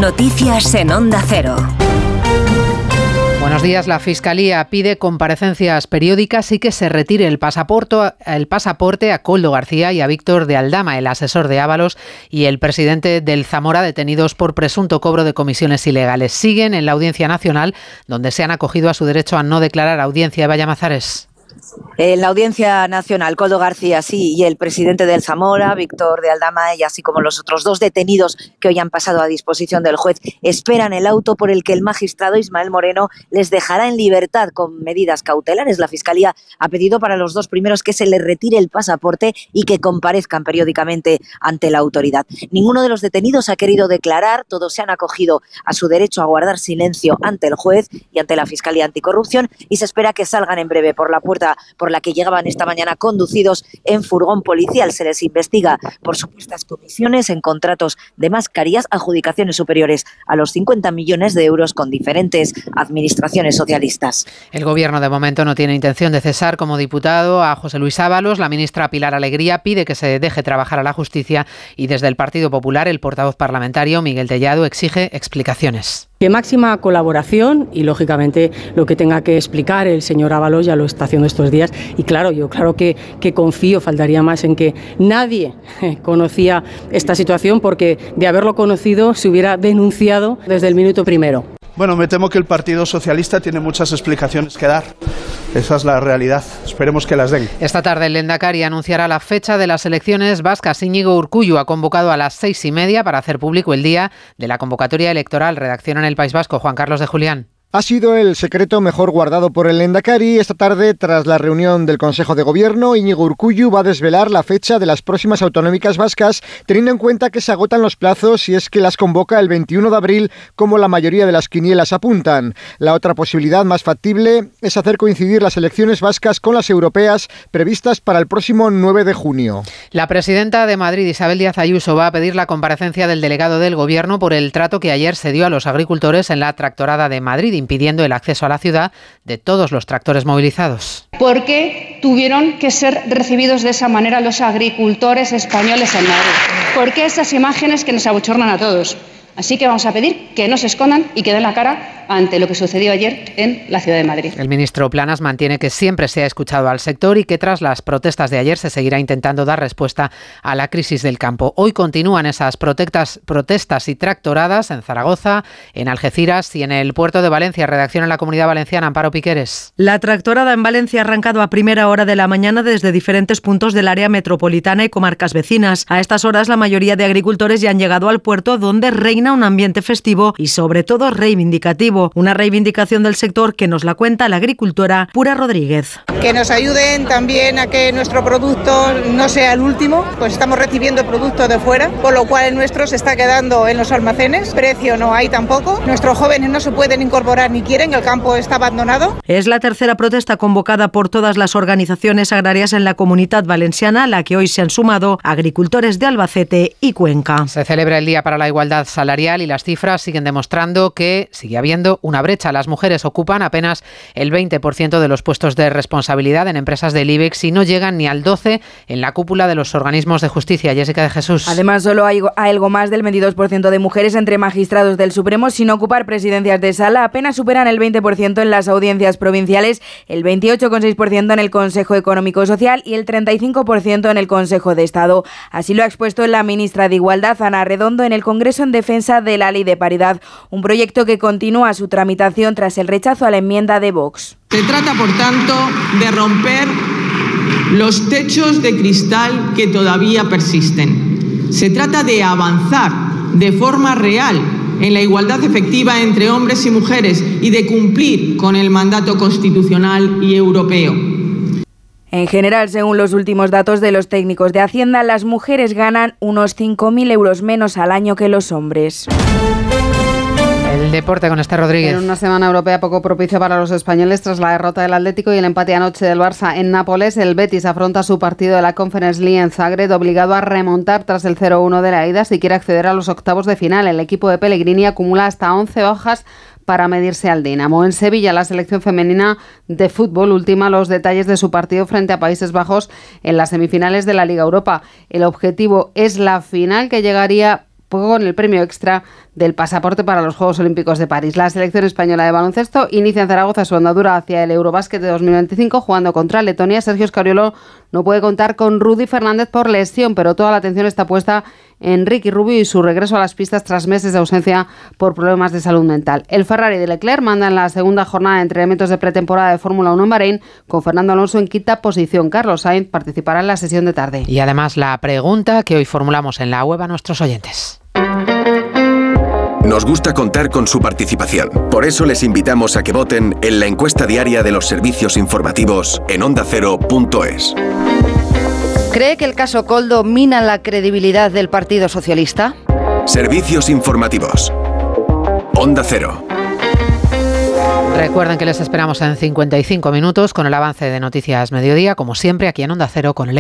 Noticias en Onda Cero. Buenos días. La Fiscalía pide comparecencias periódicas y que se retire el pasaporte a Koldo García y a Víctor de Aldama, el asesor de Ábalos y el presidente del Zamora, detenidos por presunto cobro de comisiones ilegales. Siguen en la Audiencia Nacional, donde se han acogido a su derecho a no declarar. Audiencia de Vallamazares. En la Audiencia Nacional, Koldo García, sí, y el presidente del Zamora, Víctor de Aldama, y así como los otros dos detenidos que hoy han pasado a disposición del juez, esperan el auto por el que el magistrado Ismael Moreno les dejará en libertad con medidas cautelares. La Fiscalía ha pedido para los dos primeros que se les retire el pasaporte y que comparezcan periódicamente ante la autoridad. Ninguno de los detenidos ha querido declarar, todos se han acogido a su derecho a guardar silencio ante el juez y ante la Fiscalía Anticorrupción, y se espera que salgan en breve por la puerta por la que llegaban esta mañana conducidos en furgón policial. Se les investiga por supuestas comisiones en contratos de mascarillas, adjudicaciones superiores a los 50 millones de euros con diferentes administraciones socialistas. El Gobierno de momento no tiene intención de cesar como diputado a José Luis Ábalos. La ministra Pilar Alegría pide que se deje trabajar a la justicia y desde el Partido Popular el portavoz parlamentario Miguel Tellado exige explicaciones. Que máxima colaboración y, lógicamente, lo que tenga que explicar el señor Ábalos ya lo está haciendo estos días. Y claro, yo que confío, faltaría más, en que nadie conocía esta situación, porque de haberlo conocido se hubiera denunciado desde el minuto primero. Bueno, me temo que el Partido Socialista tiene muchas explicaciones que dar. Esa es la realidad. Esperemos que las den. Esta tarde el Lehendakari anunciará la fecha de las elecciones vascas. Íñigo Urkullu ha convocado a las 6:30 para hacer público el día de la convocatoria electoral. Redacción en el País Vasco, Juan Carlos de Julián. Ha sido el secreto mejor guardado por el Lehendakari. Esta tarde, tras la reunión del Consejo de Gobierno, Íñigo Urkullu va a desvelar la fecha de las próximas autonómicas vascas, teniendo en cuenta que se agotan los plazos si es que las convoca el 21 de abril, como la mayoría de las quinielas apuntan. La otra posibilidad más factible es hacer coincidir las elecciones vascas con las europeas previstas para el próximo 9 de junio. La presidenta de Madrid, Isabel Díaz Ayuso, va a pedir la comparecencia del delegado del Gobierno por el trato que ayer se dio a los agricultores en la tractorada de Madrid, impidiendo el acceso a la ciudad de todos los tractores movilizados. ¿Por qué tuvieron que ser recibidos de esa manera los agricultores españoles en Madrid? ¿Por qué esas imágenes que nos abochornan a todos? Así que vamos a pedir que no se escondan y que den la cara ante lo que sucedió ayer en la ciudad de Madrid. El ministro Planas mantiene que siempre se ha escuchado al sector y que tras las protestas de ayer se seguirá intentando dar respuesta a la crisis del campo. Hoy continúan esas protestas y tractoradas en Zaragoza, en Algeciras y en el puerto de Valencia. Redacción en la Comunidad Valenciana, Amparo Piqueres. La tractorada en Valencia ha arrancado a primera hora de la mañana desde diferentes puntos del área metropolitana y comarcas vecinas. A estas horas la mayoría de agricultores ya han llegado al puerto, donde reina un ambiente festivo y sobre todo reivindicativo. Una reivindicación del sector que nos la cuenta la agricultora Pura Rodríguez. Que nos ayuden también a que nuestro producto no sea el último, pues estamos recibiendo productos de fuera, por lo cual el nuestro se está quedando en los almacenes, precio no hay tampoco, nuestros jóvenes no se pueden incorporar ni quieren, el campo está abandonado. Es la tercera protesta convocada por todas las organizaciones agrarias en la Comunidad Valenciana, a la que hoy se han sumado agricultores de Albacete y Cuenca. Se celebra el Día para la Igualdad Salarial y las cifras siguen demostrando que sigue habiendo una brecha. Las mujeres ocupan apenas el 20% de los puestos de responsabilidad en empresas del IBEX y no llegan ni al 12% en la cúpula de los organismos de justicia. Jessica de Jesús. Además, solo hay algo más del 22% de mujeres entre magistrados del Supremo sin ocupar presidencias de sala. Apenas superan el 20% en las audiencias provinciales, el 28,6% en el Consejo Económico y Social y el 35% en el Consejo de Estado. Así lo ha expuesto la ministra de Igualdad, Ana Redondo, en el Congreso en defensa de la Ley de Paridad, un proyecto que continúa su tramitación tras el rechazo a la enmienda de Vox. Se trata, por tanto, de romper los techos de cristal que todavía persisten. Se trata de avanzar de forma real en la igualdad efectiva entre hombres y mujeres y de cumplir con el mandato constitucional y europeo. En general, según los últimos datos de los técnicos de Hacienda, las mujeres ganan unos 5.000 euros menos al año que los hombres. El deporte con Esther Rodríguez. En una semana europea poco propicia para los españoles tras la derrota del Atlético y el empate anoche del Barça en Nápoles, el Betis afronta su partido de la Conference League en Zagreb, obligado a remontar tras el 0-1 de la ida si quiere acceder a los octavos de final. El equipo de Pellegrini acumula hasta 11 bajas para medirse al Dinamo. En Sevilla, la selección femenina de fútbol ultima los detalles de su partido frente a Países Bajos en las semifinales de la Liga Europa. El objetivo es la final, que llegaría con el premio extra del pasaporte para los Juegos Olímpicos de París. La selección española de baloncesto inicia en Zaragoza su andadura hacia el Eurobásquet de 2025 jugando contra Letonia. Sergio Escariolo no puede contar con Rudy Fernández por lesión, pero toda la atención está puesta en Ricky Rubio y su regreso a las pistas tras meses de ausencia por problemas de salud mental. El Ferrari de Leclerc manda en la segunda jornada de entrenamientos de pretemporada de Fórmula 1 en Bahrein, con Fernando Alonso en quinta posición. Carlos Sainz participará en la sesión de tarde. Y además la pregunta que hoy formulamos en la web a nuestros oyentes. Nos gusta contar con su participación. Por eso les invitamos a que voten en la encuesta diaria de los servicios informativos en ondacero.es. ¿Cree que el caso Koldo mina la credibilidad del Partido Socialista? Servicios informativos. Onda Cero. Recuerden que les esperamos en 55 minutos con el avance de Noticias Mediodía, como siempre, aquí en Onda Cero con el